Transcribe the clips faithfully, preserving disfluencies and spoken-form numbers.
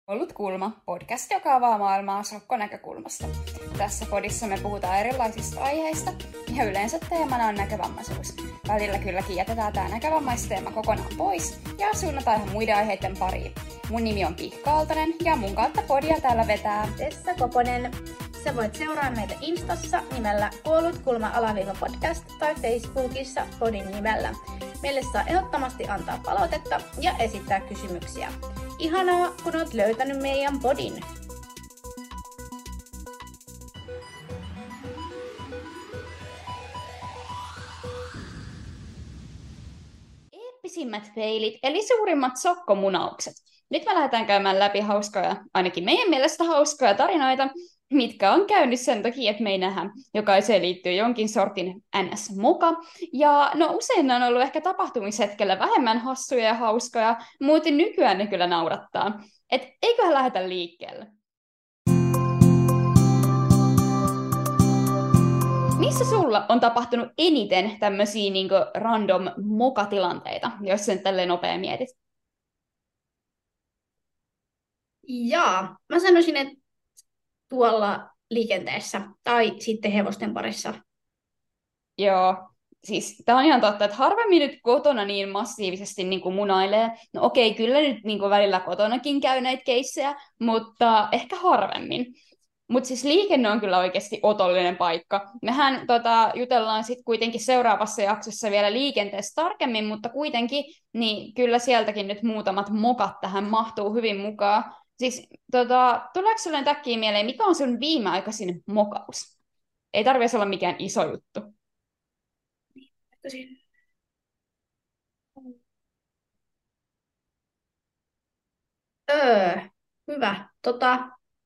Ollut kulma, podcast, joka avaa maailmaa sokkonäkökulmasta. Tässä podissa me puhutaan erilaisista aiheista ja yleensä teemana on näkövammaisuus. Välillä kylläkin jätetään tämä näkövammaisteema kokonaan pois ja suunnataan ihan muiden aiheiden pariin. Mun nimi on Pihka Aaltonen ja mun kautta podia täällä vetää Tessa Koponen. Sä voit seuraa meitä Instassa nimellä Kuollut kulma alaviiva podcast tai Facebookissa podin nimellä. Meille saa ehdottomasti antaa palautetta ja esittää kysymyksiä. Ihanaa, kun oot löytänyt meidän podin. Eeppisimmät feilit, eli suurimmat sokkomunaukset. Nyt me lähdetään käymään läpi hauskoja, ainakin meidän mielestä hauskoja tarinoita, mitkä on käynyt sen takia, että me ei nähdä. Jokaiseen liittyy jonkin sortin N S-moka. Ja no usein ne on ollut ehkä tapahtumishetkellä vähemmän hassuja ja hauskoja, mutta nykyään ne kyllä naurattaa. Et eiköhän lähdetä liikkeelle. Missä sulla on tapahtunut eniten tämmöisiä niinku random mokatilanteita, jos sen tälleen nopea mietit? Jaa, mä sanoisin, että tuolla liikenteessä tai sitten hevosten parissa. Joo, siis tää on ihan totta, että harvemmin nyt kotona niin massiivisesti niin kuin munailee. No okei, kyllä nyt niin kuin välillä kotonakin käy näitä keissejä, mutta ehkä harvemmin. Mutta siis liikenne on kyllä oikeasti otollinen paikka. Mehän tota, jutellaan sitten kuitenkin seuraavassa jaksossa vielä liikenteestä tarkemmin, mutta kuitenkin, niin kyllä sieltäkin nyt muutamat mokat tähän mahtuu hyvin mukaan. Siis tota, tuleeko sinulle täkkiä mieleen, mikä on sun viimeaikaisin mokaus? Ei tarvitse olla mikään iso juttu. Öö, hyvä. Tota,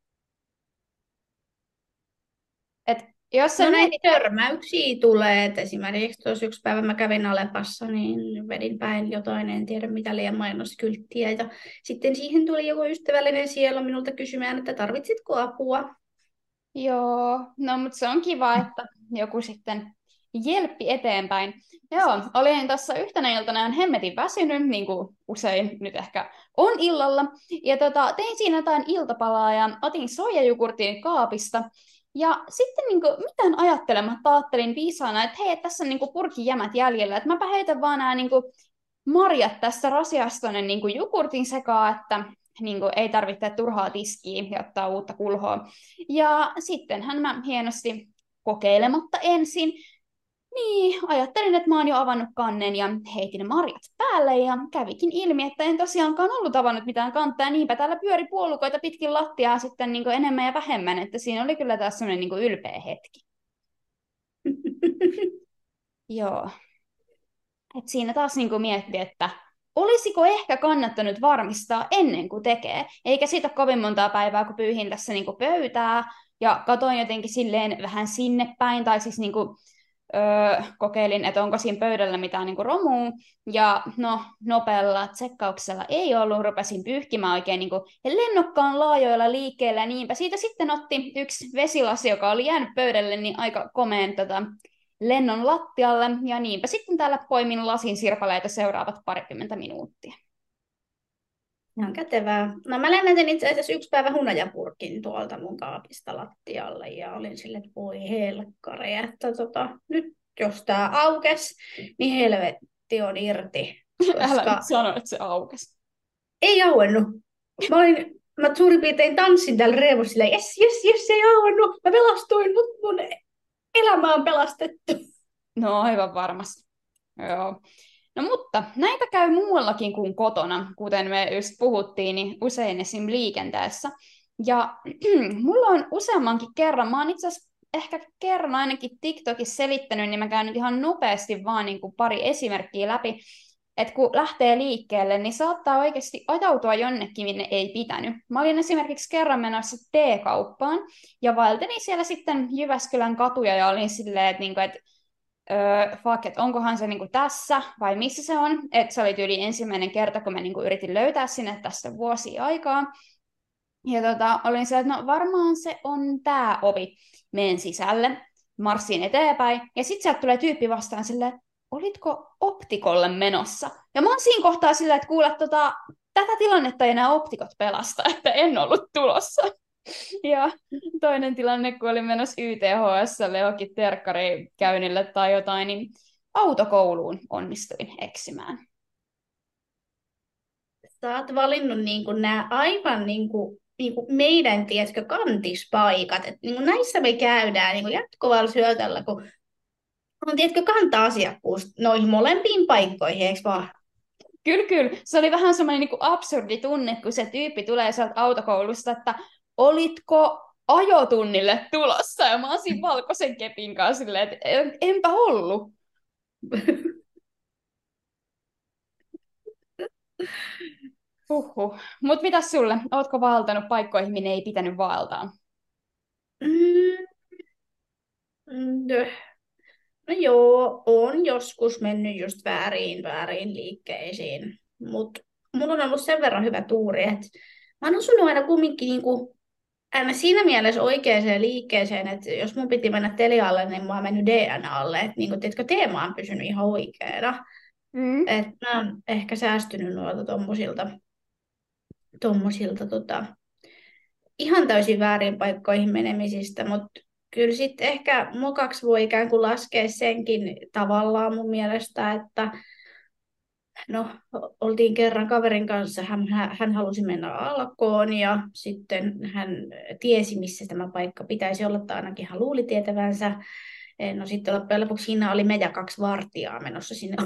Et jos no näin näitä törmäyksiä tulee. Et esimerkiksi tuossa yksi päivä mä kävin Alepassa, niin vedin päin jotain, en tiedä mitä liian mainoskylttiä. Ja sitten siihen tuli joku ystävällinen sielu minulta kysymään, että tarvitsitko apua? Joo, no mutta se on kiva, että joku sitten jelppi eteenpäin. Joo, olin tuossa yhtenä iltana ihan hemmetin väsynyt, niin kuin usein nyt ehkä on illalla. Ja tota, tein siinä jotain iltapalaa ja otin soijajogurtin kaapista. Ja sitten niin kuin, mitään ajattelematta ajattelin viisaana, että hei, tässä on niin kuin purkin jämät jäljellä. Että mäpä heitän vaan nämä niin kuin marjat tässä rasiasta tuonne niin kuin jogurtin sekaan, että niin kuin, ei tarvitse turhaa tiskiä ja ottaa uutta kulhoa. Ja sittenhän mä hienosti kokeilematta ensin, niin ajattelin, että mä oon jo avannut kannen ja heitin marjat päälle ja kävikin ilmi, että en tosiaankaan ollut avannut mitään kantaa. Niinpä täällä pyöri puolukoita pitkin lattiaa sitten niin kuin enemmän ja vähemmän, että siinä oli kyllä taas semmoinen niin kuin ylpeä hetki. Joo. Et siinä taas niin kuin mietti, että olisiko ehkä kannattanut varmistaa ennen kuin tekee, eikä siitä ole kovin montaa päivää, kun pyyhin tässä niin kuin pöytää ja katoin jotenkin silleen vähän sinne päin, tai siis niin kuin, öö, kokeilin, että onko siinä pöydällä mitään niin kuin romua, ja no nopealla tsekkauksella ei ollut, rupesin pyyhkimään oikein niin kuin lennokkaan laajoilla liikkeellä, ja niinpä siitä sitten otti yksi vesilasi, joka oli jäänyt pöydälle, niin aika komeen tota, lennon lattialle, ja niinpä sitten täällä poimin lasin sirpaleita seuraavat parikymmentä minuuttia. Ihan kätevää. No mä lennätin itse asiassa yksi päivä hunajapurkin tuolta mun kaapista lattialle ja olin silleen, että voi helkkari, että tota, nyt jos tää aukes, niin helvetti on irti. Koska Älä nyt sano, että se aukesi. ei auennut. Mä olin, mä suurin piirtein tanssin täällä riemussa silleen, jes, jes, jes, ei auennut. Mä pelastuin, mut mun elämä on pelastettu. No aivan varmasti. Joo. No mutta näitä käy muuallakin kuin kotona, kuten me just puhuttiin, niin usein esim. Liikenteessä. Ja mulla on useammankin kerran, mä oon itse asiassa ehkä kerran ainakin TikTokissa selittänyt, niin mä käyn nyt ihan nopeasti vaan niin kuin pari esimerkkiä läpi, että kun lähtee liikkeelle, niin saattaa oikeasti ajautua jonnekin, minne ei pitänyt. Mä olin esimerkiksi kerran menossa T-kauppaan, ja vaeltelin siellä sitten Jyväskylän katuja, ja olin silleen, että, niinku, että öö, fuck, että onkohan se niinku tässä, vai missä se on. Että se oli tyyli ensimmäinen kerta, kun mä niinku yritin löytää sinne tästä vuosia aikaa. Ja tota, olin siellä, että no varmaan se on tää ovi. Menen sisälle, marssin eteenpäin, ja sitten sieltä tulee tyyppi vastaan silleen, olitko optikolle menossa? Ja mä oon siinä kohtaa silleen, että kuule, tota, tätä tilannetta ei enää optikot pelasta, että en ollut tulossa. Ja toinen tilanne, kun olin menossa Y T H S:lle johonkin terkkarikäynnille tai jotain, niin autokouluun onnistuin eksymään. Sä oot valinnut niin kuin nämä aivan niin kuin, niin kuin meidän, tiedätkö, kantispaikat. Et niin kuin näissä me käydään niin kuin jatkuvalla syötöllä, kun on, tiedätkö, kanta-asiakkuus noihin molempiin paikkoihin, eikö vaan? Kyllä, kyllä. Se oli vähän semmoinen niin kuin absurdi tunne, kun se tyyppi tulee sieltä autokoulusta, että olitko ajotunnille tulossa? Ja mä oon siinä valkoisen kepin kanssa silleen, että enpä ollut. Huhhuh. Mut mitäs sulle? Ootko vaeltanut paikkoihin, minne ei pitänyt vaeltaa? Mm, mm, no joo, on joskus mennyt just väärin, väärin liikkeisiin, mutta mulla on ollut sen verran hyvä tuuri, että mä oon osunut aina kumminkin niinku, aina siinä mielessä oikeaan liikkeeseen, että jos mun piti mennä Telialle, niin mä oon mennyt D N A:lle, että niinku, tiedätkö, teema on pysynyt ihan oikeana. Mm. Että mä oon ehkä säästynyt noilta tommosilta, tommosilta tota, ihan täysin väärin paikkoihin menemisistä, mutta kyllä sitten ehkä mokaksi voi ikään kuin laskea senkin tavallaan mun mielestä, että no, oltiin kerran kaverin kanssa, hän, hän halusi mennä alkoon ja sitten hän tiesi, missä tämä paikka pitäisi olla, tai ainakin hän luuli tietävänsä. No sitten loppujen lopuksi siinä oli meidän kaksi vartijaa menossa sinne.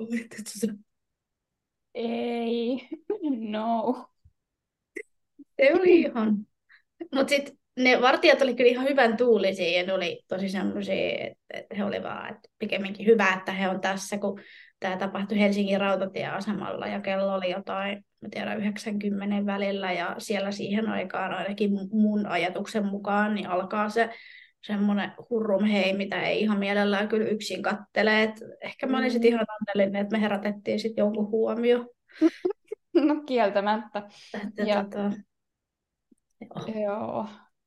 Ei, no. Se oli ihan. Mutta sitten ne vartijat oli kyllä ihan hyvän tuulisia ja ne oli tosi semmoisia, että he oli vaan, että pikemminkin hyvä, että he on tässä, kun tämä tapahtui Helsingin rautatieasemalla ja kello oli jotain, mä tiedän, yhdeksänkymmentä välillä ja siellä siihen aikaan ainakin mun ajatuksen mukaan niin alkaa se semmoinen hurrum hei, mitä ei ihan mielellään kyllä yksin kattele. Et ehkä mä olin sitten ihan onnellinen, että me herätettiin sitten jonkun huomio. No kieltämättä. Että, ja, tota, joo. joo.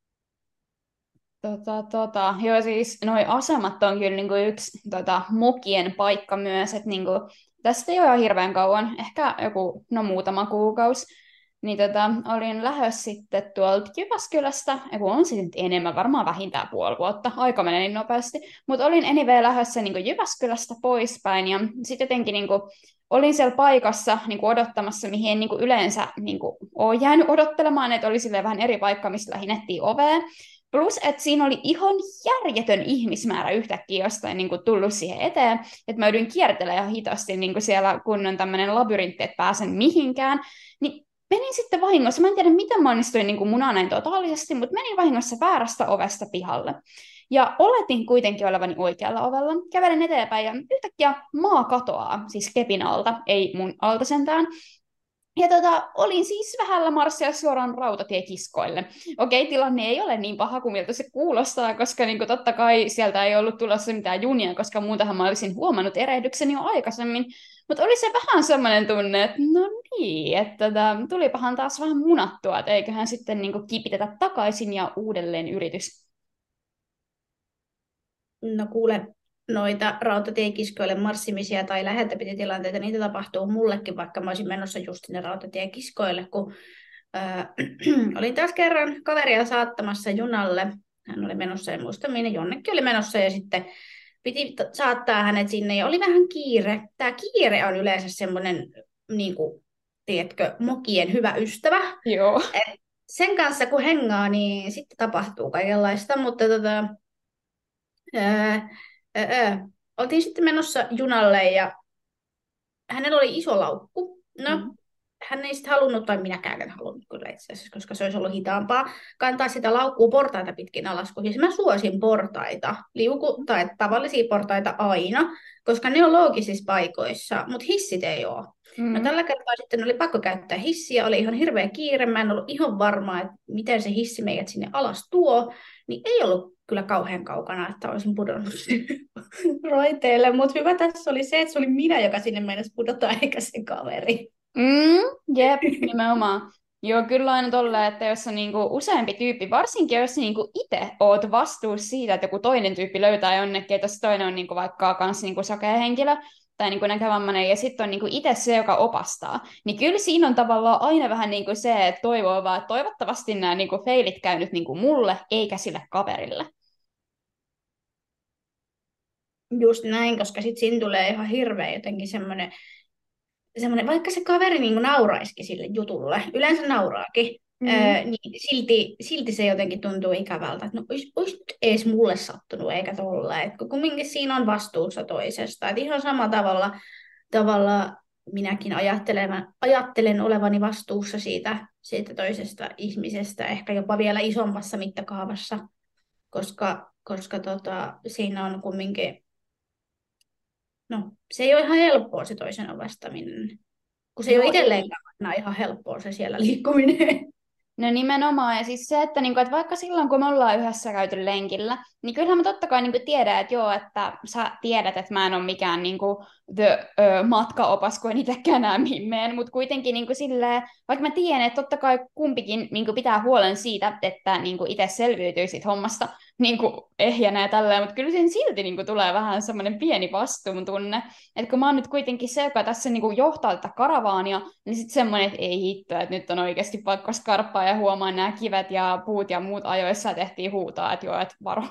Tota, tota, joo, siis noi asemat on kyllä niinku yksi tota, mukien paikka myös, että niinku, tästä ei ole hirveän kauan, ehkä joku, no muutama kuukausi, niin tota, olin lähdössä sitten tuolta Jyväskylästä, ja kun on sitten enemmän, varmaan vähintään puoli vuotta, aika menee niin nopeasti, mutta olin anyway lähdössä niinku Jyväskylästä poispäin, ja sitten jotenkin niinku, olin siellä paikassa niinku odottamassa, mihin en niinku yleensä niinku, ole jäänyt odottelemaan, että oli silleen vähän eri paikka, mistä lähinnettiin oveen. Plus, että siinä oli ihan järjetön ihmismäärä yhtäkkiä jostain niin kuin tullut siihen eteen, että mä joudun kiertelemään ihan hitaasti niin kuin siellä, kun on tämmöinen labyrintti, että pääsen mihinkään, niin menin sitten vahingossa, mä en tiedä miten mä onnistuin niin kuin munaa näin totaalisesti, mutta menin vahingossa väärästä ovesta pihalle. Ja oletin kuitenkin olevani oikealla ovella, kävelen eteenpäin ja yhtäkkiä maa katoaa, siis kepin alta, ei mun alta sentään. Ja tota, olin siis vähällä marssia suoraan rautatiekiskoille. Okei, tilanne ei ole niin paha kuin miltä se kuulostaa, koska niin kuin, totta kai sieltä ei ollut tulossa mitään junia, koska muutahan mä olisin huomannut erehdyksen jo aikaisemmin. Mutta oli se vähän semmoinen tunne, että no niin, että tota, tulipahan taas vähän munattua, että eiköhän sitten niin kuin, kipitetä takaisin ja uudelleen yritys. No kuule, noita rautatiekiskoille marssimisia tai läheltäpitotilanteita, niitä tapahtuu mullekin, vaikka mä olisin menossa just sinne rautatiekiskoille, kun äh, olin taas kerran kaveria saattamassa junalle. Hän oli menossa, en muista minne, jonnekin oli menossa ja sitten piti saattaa hänet sinne ja oli vähän kiire. Tämä kiire on yleensä semmoinen, niin kuin, tiedätkö, mokien hyvä ystävä. Joo. Et sen kanssa kun hengaa, niin sitten tapahtuu kaikenlaista, mutta tota, ää, ää, oltiin sitten menossa junalle ja hänellä oli iso laukku. No, mm. hän ei sitten halunnut, tai minäkään en halunnut kyllä itse asiassa, koska se olisi ollut hitaampaa, kantaa sitä laukkua portaita pitkin alas, kun siis mä suosin portaita, liuku- tai tavallisia portaita aina, koska ne on loogisissa paikoissa, mutta hissit ei ole. Mm. No tällä kertaa sitten oli pakko käyttää hissiä, oli ihan hirveä kiire, mä en ollut ihan varma, että miten se hissi meidät sinne alas tuo, niin ei ollut kyllä kauhean kaukana, että olisin pudonnut raiteille, mutta hyvä tässä oli se, että se oli minä, joka sinne meinasi pudota, eikä se kaveri. Mm, jep, nimenomaan. Joo, kyllä aina tolleen, että jos on niinku useampi tyyppi, varsinkin jos niinku itse oot vastuussa siitä, että joku toinen tyyppi löytää jonnekin, että jos toinen on niinku vaikka kans niinku sokea henkilö, tai niin kuin näkövammainen, ja sitten on niin kuin itse se, joka opastaa. Niin kyllä siinä on tavallaan aina vähän niin kuin se, että toivoo vaan, että toivottavasti nämä niin kuin feilit käy nyt niin kuin mulle, eikä sille kaverille. Just näin, koska sitten siinä tulee ihan hirveä jotenkin semmoinen, semmoinen vaikka se kaveri niin kuin nauraisikin sille jutulle, yleensä nauraakin, Mm. ää, niin silti, silti se jotenkin tuntuu ikävältä, että no olisi, olisi nyt edes mulle sattunut, eikä tolle. Että kumminkin siinä on vastuussa toisesta. Että ihan samalla tavalla, tavalla minäkin ajattelen, ajattelen olevani vastuussa siitä, siitä toisesta ihmisestä, ehkä jopa vielä isommassa mittakaavassa, koska, koska tota, siinä on kumminkin, no se ei ole ihan helppoa se toisen ovastaminen, kun se ei ole Joo, itselleenkään aina ihan helppoa se siellä liikkuminen. no nimenomaan, ja siis se, että, niinku, että vaikka silloin kun me ollaan yhdessä käyty lenkillä, niin kyllähän mä totta kai niinku tiedän, että joo, että sä tiedät, että mä en ole mikään niinku, the, ö, matkaopas, kun en itsekään näe mihin menen, mutta kuitenkin niinku, silleen, vaikka mä tiedän, että totta kai kumpikin niinku, pitää huolen siitä, että niinku, itse selviytyy siitä hommasta niinku, ehjänä ja tälleen, mutta kyllä siinä silti niinku, tulee vähän semmoinen pieni vastuuntunne, että kun mä oon nyt kuitenkin se, joka tässä niinku, johtaa tätä karavaania, niin sitten semmoinen, että ei hitto, että nyt on oikeasti pakko skarppaa ja huomaan nämä kivet ja puut ja muut ajoissa ja tehtiin huutaa, että joo, että varo.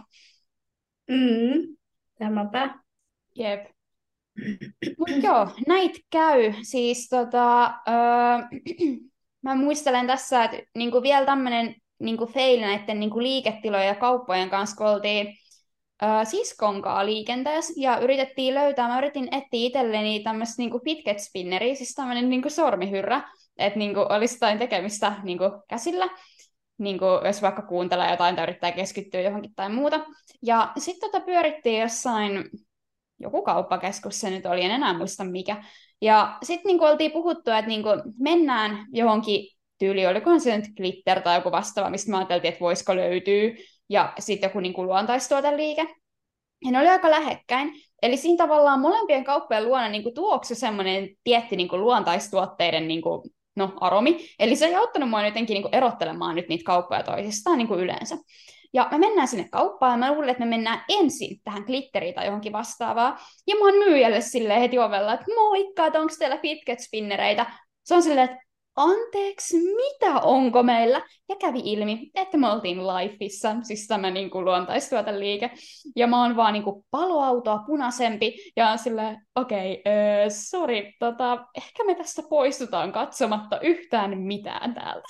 Mm, tämäpä. Jep. Mutta joo, näitä käy. Siis tota, öö, mä muistelen tässä, että niinku vielä tämmöinen niinku fail näiden niinku liiketilojen ja kauppojen kanssa, kun oltiin öö, siskon kanssa liikenteessä ja yritettiin löytää, mä yritin etsiä itselleni tämmöistä niinku fidget spinneriä, siis tämmöinen niinku sormihyrrä, että niinku olisi jotain tekemistä niinku käsillä, niinku jos vaikka kuuntelee jotain tai yrittää keskittyä johonkin tai muuta. Ja sitten tota pyörittiin jossain, joku kauppakeskus se nyt oli, en enää muista mikä. Ja sitten niinku oltiin puhuttu, että niinku mennään johonkin tyyli, olikohan se nyt glitter tai joku vastaava, mistä mä ajattelin, että voisiko löytyä. Ja sitten joku niinku luontaistuoteliike. Ja ne oli aika lähekkäin. Eli siinä tavallaan molempien kauppojen luona niinku tuoksui semmoinen tietty niinku luontaistuotteiden niinku, no, aromi. Eli se ei auttanut mua jotenkin niinku erottelemaan nyt niitä kauppoja toisistaan niinku yleensä. Ja me mennään sinne kauppaan ja mä luulen, että me mennään ensin tähän glitteriin tai johonkin vastaavaan. Ja mä oon myyjälle silleen heti ovella, että moikka, että onko teillä fidget spinnereitä? Se on silleen, että anteeksi, mitä onko meillä? Ja kävi ilmi, että me oltiin Lifeissa, siis tämä niin kuin luontaistuoteliike. Ja mä oon vaan niin kuin paloautoa punaisempi ja on silleen, okei, okay, äh, sori, tota, ehkä me tästä poistutaan katsomatta yhtään mitään täältä.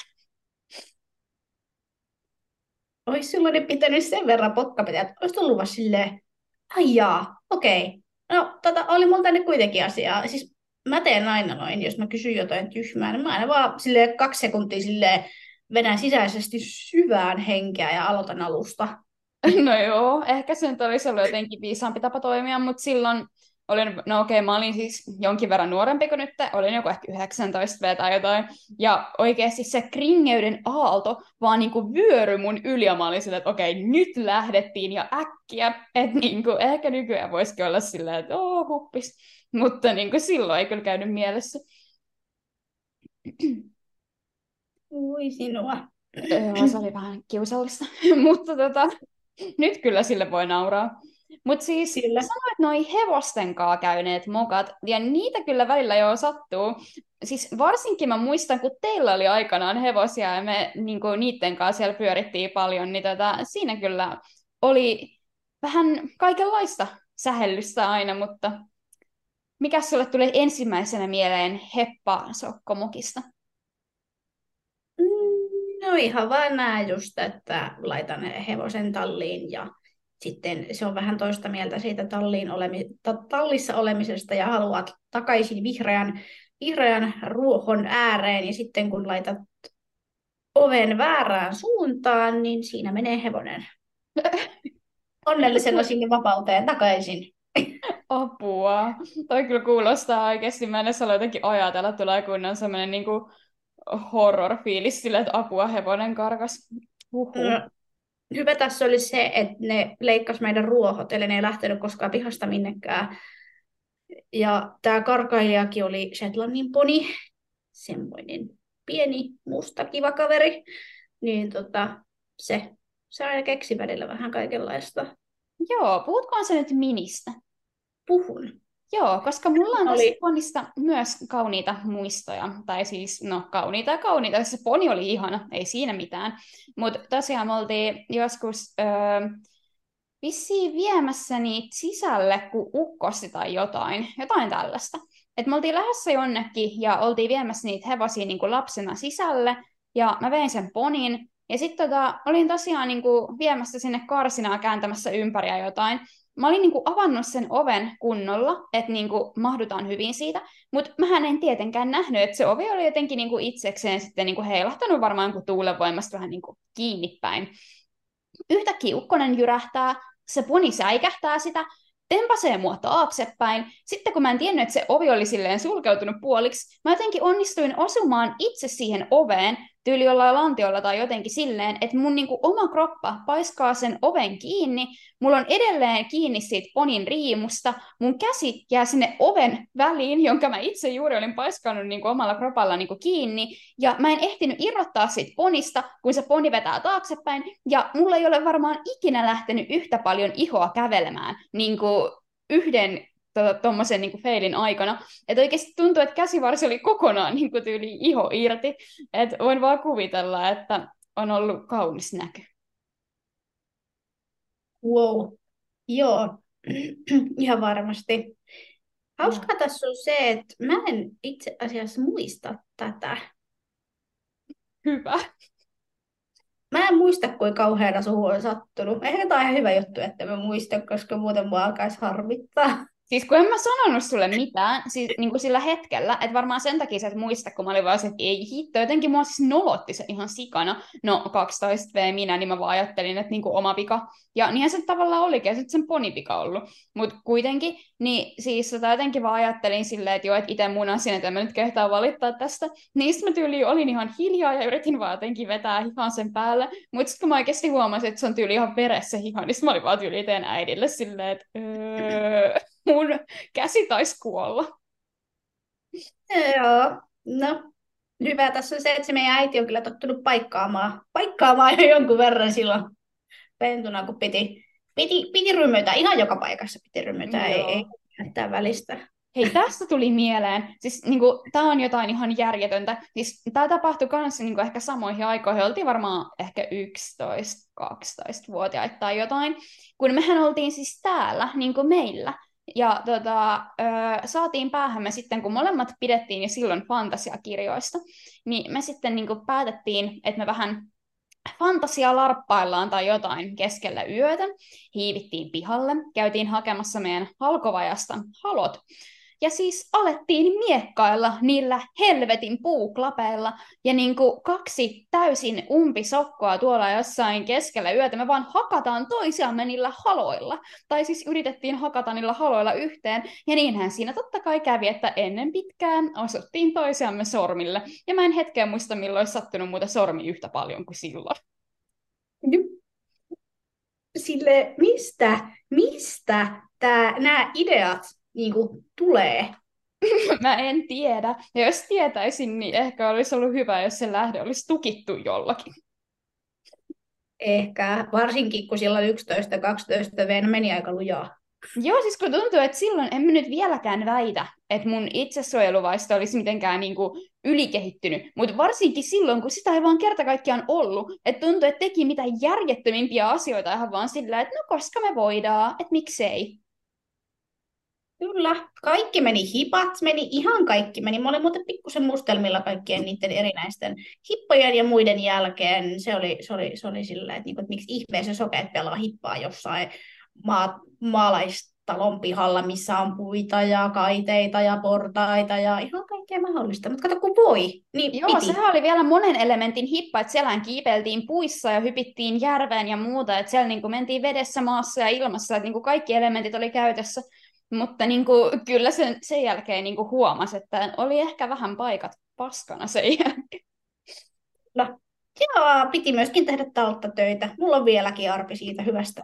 Olisi silloin pitänyt sen verran pokkapiteä, että olisi tullut vaan silleen, ai jaa, okei. Okay. No, tota, oli mulla tänne kuitenkin asiaa. Siis mä teen aina noin, jos mä kysyn jotain tyhmää, niin mä aina vaan silleen kaksi sekuntia silleen vedän sisäisesti syvään henkeä ja aloitan alusta. No joo, ehkä se nyt olisi ollut jotenkin viisaampi tapa toimia, mutta silloin olin, no okei, mä olin siis jonkin verran nuorempi kuin nyt, olin joku ehkä yhdeksäntoista vuotta tai jotain, ja oikeasti se kringeyden aalto vaan niinku vyöry mun yli, ja mä olin silleen, että okei, nyt lähdettiin ja äkkiä, että niinku, ehkä nykyään voisikin olla silleen, että oo, huppis, mutta niinku, silloin ei kyllä käynyt mielessä. Ui sinua. Joo, se oli vähän kiusallista, mutta tota, nyt kyllä sille voi nauraa. Mutta siis Kyllä. sanoit noi hevosten kaa käyneet mokat, ja niitä kyllä välillä jo sattuu. Siis varsinkin mä muistan, kun teillä oli aikanaan hevosia, ja me niinku, niiden kanssa siellä pyörittiin paljon, niin tota, siinä kyllä oli vähän kaikenlaista sähellystä aina, mutta mikä sulle tuli ensimmäisenä mieleen heppa-sokkomokista? Mm, No ihan vaan nää just, että laitan hevosen talliin ja sitten se on vähän toista mieltä siitä talliin olemi, ta- tallissa olemisesta ja haluat takaisin vihreän, vihreän ruohon ääreen ja sitten kun laitat oven väärään suuntaan, niin siinä menee hevonen onnellisena sinne vapauteen takaisin. Apua. Toi kyllä kuulostaa oikeasti. Mä en edes ole jotenkin ajatella, että tulee kunnon semmoinen niinku horror-fiilis sille, että apua, hevonen karkas. Huhhuh. No, hyvä tässä oli se, että ne leikkasi meidän ruohot, eli ne ei lähtenyt koskaan pihasta minnekään. Ja tämä karkailijakin oli Shetlandin poni, semmoinen pieni, musta, kiva kaveri. Niin tota, se, se aina keksi välillä vähän kaikenlaista. Joo, puhutkoon se nyt Ministä? Puhun. Joo, koska mulla on tästä Oli. ponista myös kauniita muistoja. Tai siis, no kauniita ja kauniita. Se poni oli ihana, ei siinä mitään. Mutta tosiaan me oltiin joskus öö, vissiin viemässä niitä sisälle, kun ukkosi tai jotain. Jotain tällaista. Et me oltiin lähdössä jonnekin ja oltiin viemässä niitä hevosia niin kuin lapsena sisälle. Ja mä vein sen ponin. Ja sitten tota, olin tosiaan niin kuin viemässä sinne karsinaa kääntämässä ympäri ja jotain. Mä olin niinku avannut sen oven kunnolla, että niinku mahdutaan hyvin siitä, mutta mähän en tietenkään nähnyt, että se ovi oli jotenkin niinku itsekseen sitten niinku heilahtanut varmaan kuin tuulenvoimasta vähän niinku kiinni päin. Yhtäkkiä ukkonen jyrähtää, se poni säikähtää sitä, tempasee mua taaksepäin. Sitten kun mä en tiennyt, että se ovi oli silleen sulkeutunut puoliksi, mä jotenkin onnistuin osumaan itse siihen oveen, tyyli jollain lantiolla tai jotenkin silleen, että mun niinku oma kroppa paiskaa sen oven kiinni, mulla on edelleen kiinni siitä ponin riimusta, mun käsi jää sinne oven väliin, jonka mä itse juuri olin paiskannut niinku omalla kropalla niinku kiinni, ja mä en ehtinyt irrottaa siitä ponista, kun se poni vetää taaksepäin, ja mulla ei ole varmaan ikinä lähtenyt yhtä paljon ihoa kävelemään, niinku yhden tuommoisen to, niinku feilin aikana. Että oikeasti tuntuu, että käsivarsi oli kokonaan niinku tyyli iho irti. Että voin vaan kuvitella, että on ollut kaunis näky. Wow. Joo, ihan varmasti. Hauskaa tässä on se, että mä en itse asiassa muista tätä. Hyvä. Mä en muista, kuinka kauheana suhu on sattunut. Ehkä tämä on ihan hyvä juttu, että mä muistan, koska muuten mua alkaisi harmittaa. Siis kun en mä sanonut sulle mitään siis, niin kuin sillä hetkellä, että varmaan sen takia sä et muista, kun mä olin vaan se, että ei hitto, jotenkin mua siis nolotti se ihan sikana. No kaksitoista vuotta minä, niin mä vaan ajattelin, että niin kuin oma vika. Ja niinhän se tavallaan olikin, ja sitten sen ponipika ollut. Mutta kuitenkin, niin siis tota jotenkin vaan ajattelin silleen, että joo, että itse mun asian, että en mä nyt kehtaa valittaa tästä. Niistä mä tyyliin olin ihan hiljaa ja yritin vaan jotenkin vetää hihan sen päälle. Mutta sitten kun mä oikeasti huomasin, että se on tyyli ihan veressä hihan, niin mä olin vaan tyyli teen äidille silleen, että öö... mun käsi taisi kuolla. Joo, no hyvä tässä on se, että se meidän äiti on kyllä tottunut paikkaamaan, paikkaamaan jo jonkun verran silloin pentuna, kun piti, piti, piti rymytä. Ihan joka paikassa piti rymytä, ei, ei jättää välistä. Hei, tästä tuli mieleen, siis niinku, tämä on jotain ihan järjetöntä, siis tämä tapahtui kanssa niinku, ehkä samoihin aikoihin, oltiin varmaan ehkä yksitoista-kaksitoista-vuotiaita tai jotain, kun mehän oltiin siis täällä, niin kuin meillä, ja tota, ö, saatiin päähämme sitten, kun molemmat pidettiin jo silloin fantasiakirjoista, niin me sitten niinku, päätettiin, että me vähän fantasia larppaillaan tai jotain keskellä yötä, hiivittiin pihalle, käytiin hakemassa meidän halkovajasta halot, ja siis alettiin miekkailla niillä helvetin puuklapeilla, ja niin kuin kaksi täysin umpisokkoa tuolla jossain keskellä yötä, me vaan hakataan toisiamme niillä haloilla, tai siis yritettiin hakata niillä haloilla yhteen, ja niinhän siinä totta kai kävi, että ennen pitkään osuttiin toisiamme sormille, ja mä en hetkeä muista, milloin olisi sattunut muuta sormi yhtä paljon kuin silloin. Sille, mistä, mistä nämä ideat niin kuin, tulee? Mä en tiedä. Ja jos tietäisin, niin ehkä olisi ollut hyvä, jos se lähde olisi tukittu jollakin. Ehkä, varsinkin kun silloin yksitoista kaksitoista V meni aika lujaa. Joo, siis kun tuntuu, että silloin en mä nyt vieläkään väitä, että mun itsesuojeluvaisto olisi mitenkään niin kuin ylikehittynyt, mutta varsinkin silloin, kun sitä ei vaan kerta kaikkiaan ollut, että tuntuu, että teki mitä järjettömimpiä asioita ihan vaan sillä, että no koska me voidaan, että miksei. Kyllä, kaikki meni, hipat meni, ihan kaikki meni. Mä olin muuten pikkusen mustelmilla kaikkien niiden erinäisten hippojen ja muiden jälkeen. Se oli, se oli, se oli sillä, että, niinku, että miksi ihmeessä sokeet pelaa hippaa jossain maa, maalaistalon pihalla, missä on puita ja kaiteita ja portaita ja ihan kaikkea mahdollista. Mutta kato, kun voi, niin Joo, piti. sehän oli vielä monen elementin hippa, että siellä kiipeltiin puissa ja hypittiin järveen ja muuta, että siellä niin kuin mentiin vedessä, maassa ja ilmassa, että niin kuin kaikki elementit oli käytössä. Mutta niin kuin, kyllä sen, sen jälkeen niin kuin huomasi, että oli ehkä vähän paikat paskana sen jälkeen. No, ja piti myöskin tehdä talttatöitä. Mulla on vieläkin arpi siitä hyvästä.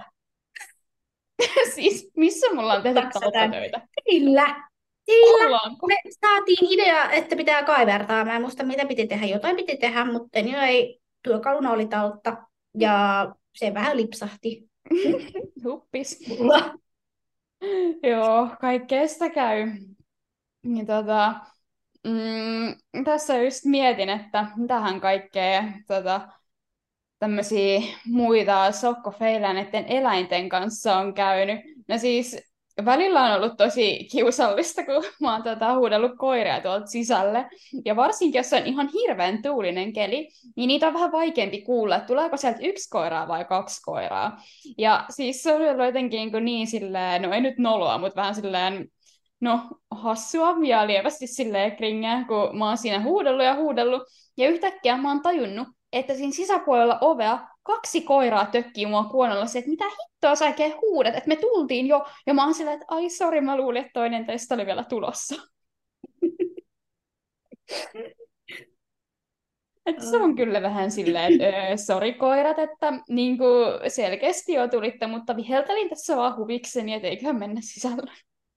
Siis missä mulla on tehty Taksataan. talttatöitä? Kyllä. Sillä Ollaanko? me saatiin idea, että pitää kaivertaa. Mä en muista, mitä piti tehdä. Jotain piti tehdä, mutta jo ei. Työkaluna oli taltta. Ja se vähän lipsahti. Huppis. Joo, kaikkea sitä käy. Niin tota, mm, tässä just mietin, että mitähän kaikkea tota, tämmöisiä muita sokkofeilejä näiden eläinten kanssa on käynyt. No siis välillä on ollut tosi kiusallista, kun mä oon tota, huudellut koiria tuolta sisälle. Ja varsinkin, jos on ihan hirveän tuulinen keli, niin niitä on vähän vaikeampi kuulla, että tuleeko sieltä yksi koiraa vai kaksi koiraa. Ja siis se on ollut jotenkin niin, niin silleen, no ei nyt noloa, mutta vähän silleen, no hassua ja lievästi silleen kringeä, kun mä oon siinä huudellut ja huudellut. Ja yhtäkkiä mä oon tajunnut, että siinä sisäpuolella ovea kaksi koiraa tökkii mua kuonolla se, että mitä hittoa sä oikein huudat, että me tultiin jo. Ja mä oon sillä, että ai sori, mä luulin, että toinen teistä oli vielä tulossa. Että se on kyllä vähän silleen, että sori koirat, että niin kuin selkeästi jo tulitte, mutta viheltelin tässä vaan huvikseni, että eiköhän mennä sisällä.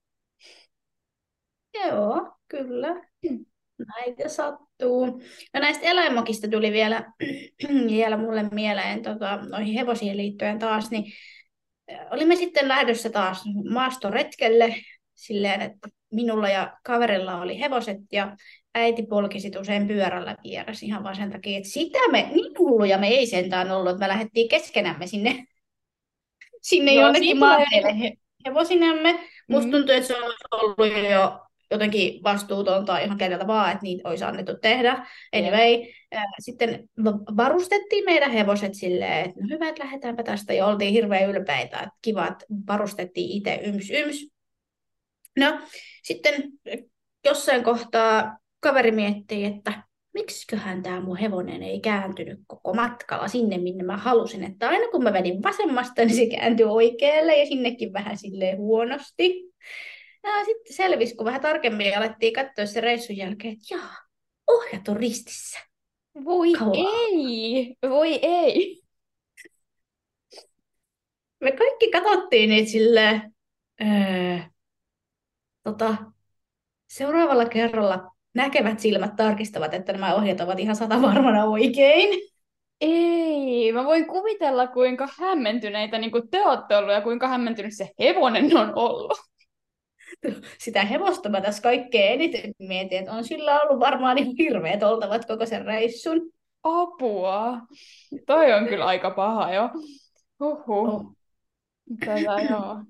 Joo, kyllä. Näitä sattuu. No näistä eläinmokista tuli vielä, vielä mulle mieleen tota, noihin hevosiin liittyen taas, niin olimme sitten lähdössä taas maastoretkelle silleen, että minulla ja kaverilla oli hevoset ja äiti polki sit usein pyörällä vieressä ihan vaan sen takia, että sitä me, niin hulluja me ei sentään ollut, että me lähdettiin keskenämme sinne, sinne Joo, jonnekin siinä tulee maateille he, hevosinemme. Musta mm, tuntuu, että se on ollut jo jotenkin vastuutonta ihan keneltä vaan, että niitä olisi annettu tehdä. jep. Anyway, äh, sitten varustettiin meidän hevoset silleen, että no hyvä, että lähdetäänpä tästä. Ja oltiin hirveän ylpeitä, että kiva, että varustettiin itse yms yms. No, sitten jossain kohtaa kaveri miettii, että miksiköhän tämä mun hevonen ei kääntynyt koko matkalla sinne, minne mä halusin. Että aina kun mä vedin vasemmasta, niin se kääntyi oikealle ja sinnekin vähän silleen huonosti. Ja sitten selvisi, kun vähän tarkemmin alettiin katsoa se reissun jälkeen, että jaa, ohjat on ristissä. Voi Kauaa. ei, voi ei. Me kaikki katsottiin niitä silleen, öö, tota, seuraavalla kerralla näkevät silmät tarkistavat, että nämä ohjeet ovat ihan sata varmana oikein. Ei, mä voin kuvitella, kuinka hämmentyneitä niin kuin te olette ollut ja kuinka hämmentynyt se hevonen on ollut. Sitä hevosta mä tässä kaikkein eniten mietin, että on sillä ollut varmaan ihan hirveät oltavat koko sen reissun. Apua. Toi on kyllä aika paha jo. Huhhuh. Oh. Tätä joo.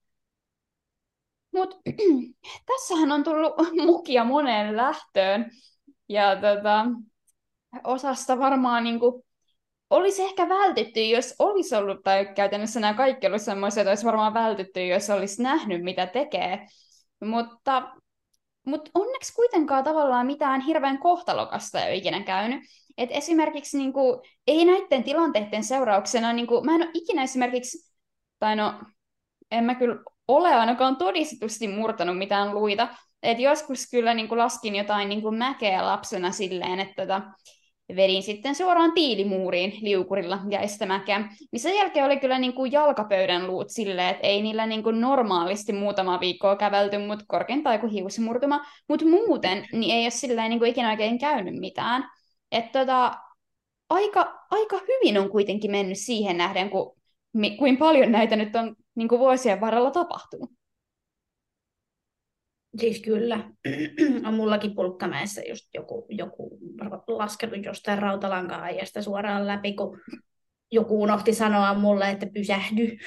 Mut tässähän on tullut mukia moneen lähtöön. Ja tota, osasta varmaan niinku olisi ehkä vältytty, jos olisi ollut, tai käytännössä nämä kaikki ollut semmoisia, että olisi varmaan vältytty, jos olisi nähnyt, mitä tekee. Mutta, mutta onneksi kuitenkaan tavallaan mitään hirveän kohtalokasta ei ole ikinä käynyt. Et esimerkiksi niin kuin, ei näiden tilanteiden seurauksena, niin kuin, mä en ole ikinä esimerkiksi, tai no, en mä kyllä ole ainakaan todistetusti murtanut mitään luita. Et joskus kyllä niin kuin, laskin jotain niin kuin, mäkeä lapsena silleen, että tota, vedin sitten suoraan tiilimuuriin liukurilla ja sitä mäkeä. Niin sen jälkeen oli kyllä niin kuin jalkapöydän luut silleen, että ei niillä niin kuin normaalisti muutama viikkoa kävelty, mutta korkeintaan joku hiusmurtuma. Mutta muuten niin ei ole silleen niin kuin ikinä oikein käynyt mitään. Että tota, aika, aika hyvin on kuitenkin mennyt siihen nähden, kuin, kuin paljon näitä nyt on niin kuin vuosien varrella tapahtunut. Siis kyllä. On mullakin Pulkkamäessä just joku, joku laskenut jostain rautalanka-ajasta suoraan läpi, kun joku unohti sanoa mulle, että pysähdy.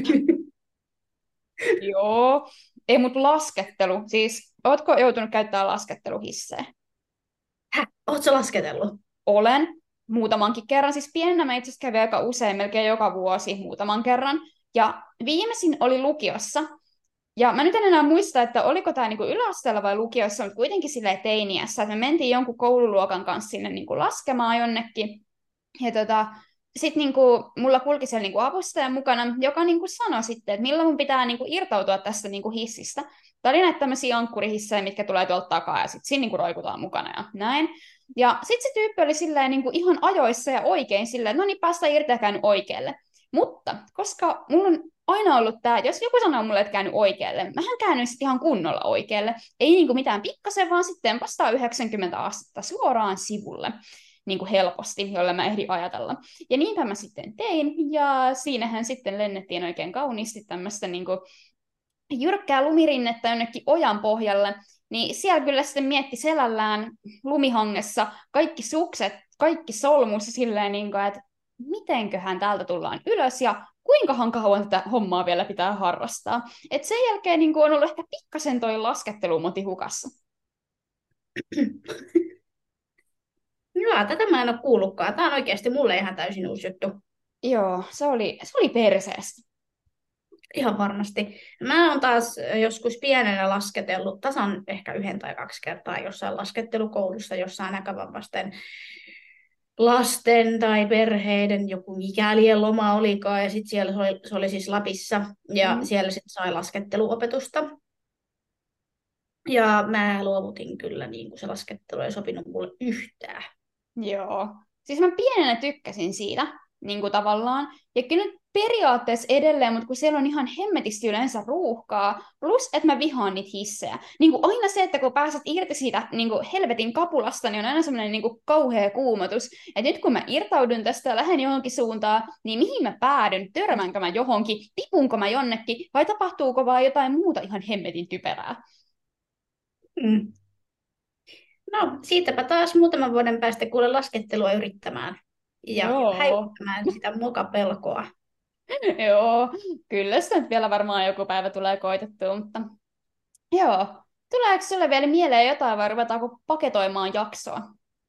Joo. Ei, mutta laskettelu. Siis, ootko joutunut käyttämään lasketteluhissejä? Häh, oot sä lasketellut? Olen muutamankin kerran. Siis pienenä mä itse asiassa kävin aika usein, melkein joka vuosi muutaman kerran. Ja viimeisin oli lukiossa. Ja mä nyt en enää muista, että oliko tämä niinku yläasteella vai lukiossa, mutta kuitenkin silleen teiniässä. Että me mentiin jonkun koululuokan kanssa sinne niinku laskemaan jonnekin. Ja tota, sitten niinku, mulla kulki siellä niinku avustaja mukana, joka niinku sanoi sitten, että milloin mun pitää niinku irtautua tästä niinku hissistä. Tämä oli näitä tämmöisiä ankkurihissejä, mitkä tulee tuolta takaa, ja sitten siinä niinku roikutaan mukana ja näin. Ja sitten se tyyppi oli silleen niinku ihan ajoissa ja oikein silleen, että no niin, päästä irti ja käynyt oikealle. Mutta koska mulla on aina ollut tämä, että jos joku sanoo mulle, että käynyt oikealle, mähän käännyin sitten ihan kunnolla oikealle. Ei niinku mitään pikkasen, vaan sitten vastaa yhdeksänkymmentä astetta suoraan sivulle niin kuin helposti, jolle mä ehdin ajatella. Ja niinpä mä sitten tein, ja siinähän sitten lennettiin oikein kauniisti tämmöistä niin kuin jyrkkää lumirinnettä jonnekin ojan pohjalle, niin siellä kyllä sitten mietti selällään lumihangessa kaikki sukset, kaikki solmussa silleen, niin kuin, että mitenköhän täältä tullaan ylös ja kuinkahan kauan tätä hommaa vielä pitää harrastaa. Et sen jälkeen niin kuin on ollut ehkä pikkasen toi laskettelumoti hukassa. Joo, tätä mä en ole kuullutkaan. Tämä on oikeasti mulle ihan täysin uusi juttu. Joo, se oli, se oli perseestä. Ihan varmasti. Mä oon taas joskus pienenä lasketellut tasan ehkä yhden tai kaksi kertaa jossain laskettelukoulussa, jossain näkövammaisten lasten tai perheiden joku mikäli loma olikaan. Ja sitten siellä se oli, se oli siis Lapissa ja Mm. siellä sitten sai lasketteluopetusta. Ja mä luovutin kyllä, niin kuin se laskettelu ei sopinut mulle yhtään. Joo. Siis mä pienenä tykkäsin siitä, niin kuin tavallaan. Ja kyllä nyt periaatteessa edelleen, mutta kun siellä on ihan hemmetisti yleensä ruuhkaa, plus että mä vihaan niitä hissejä. Niin kuin aina se, että kun pääset irti siitä niin kuin helvetin kapulasta, niin on aina semmoinen niin kuin kauhea kuumotus. Että nyt kun mä irtaudun tästä ja lähden johonkin suuntaan, niin mihin mä päädyn? Törmänkö mä johonkin? Tipunko mä jonnekin? Vai tapahtuuko vaan jotain muuta ihan hemmetin typerää? Mm. No, siitäpä taas muutaman vuoden päästä kuule laskettelua yrittämään ja Joo. häivyttämään sitä mokapelkoa. Joo, kyllä sitä nyt vielä varmaan joku päivä tulee koitettua, mutta joo. Tuleeko sulle vielä mieleen jotain vai ruvetaanko paketoimaan jaksoa?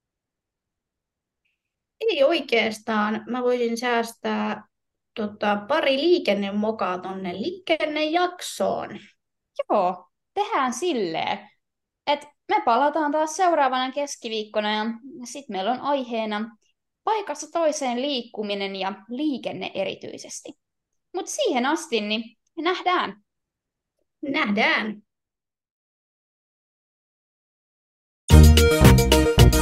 Ei oikeastaan. Mä voisin säästää tota, pari liikennemokaa tonne liikennejaksoon. Joo, tehdään silleen, että me palataan taas seuraavana keskiviikkona ja sitten meillä on aiheena paikassa toiseen liikkuminen ja liikenne erityisesti. Mutta siihen asti, niin nähdään. Nähdään.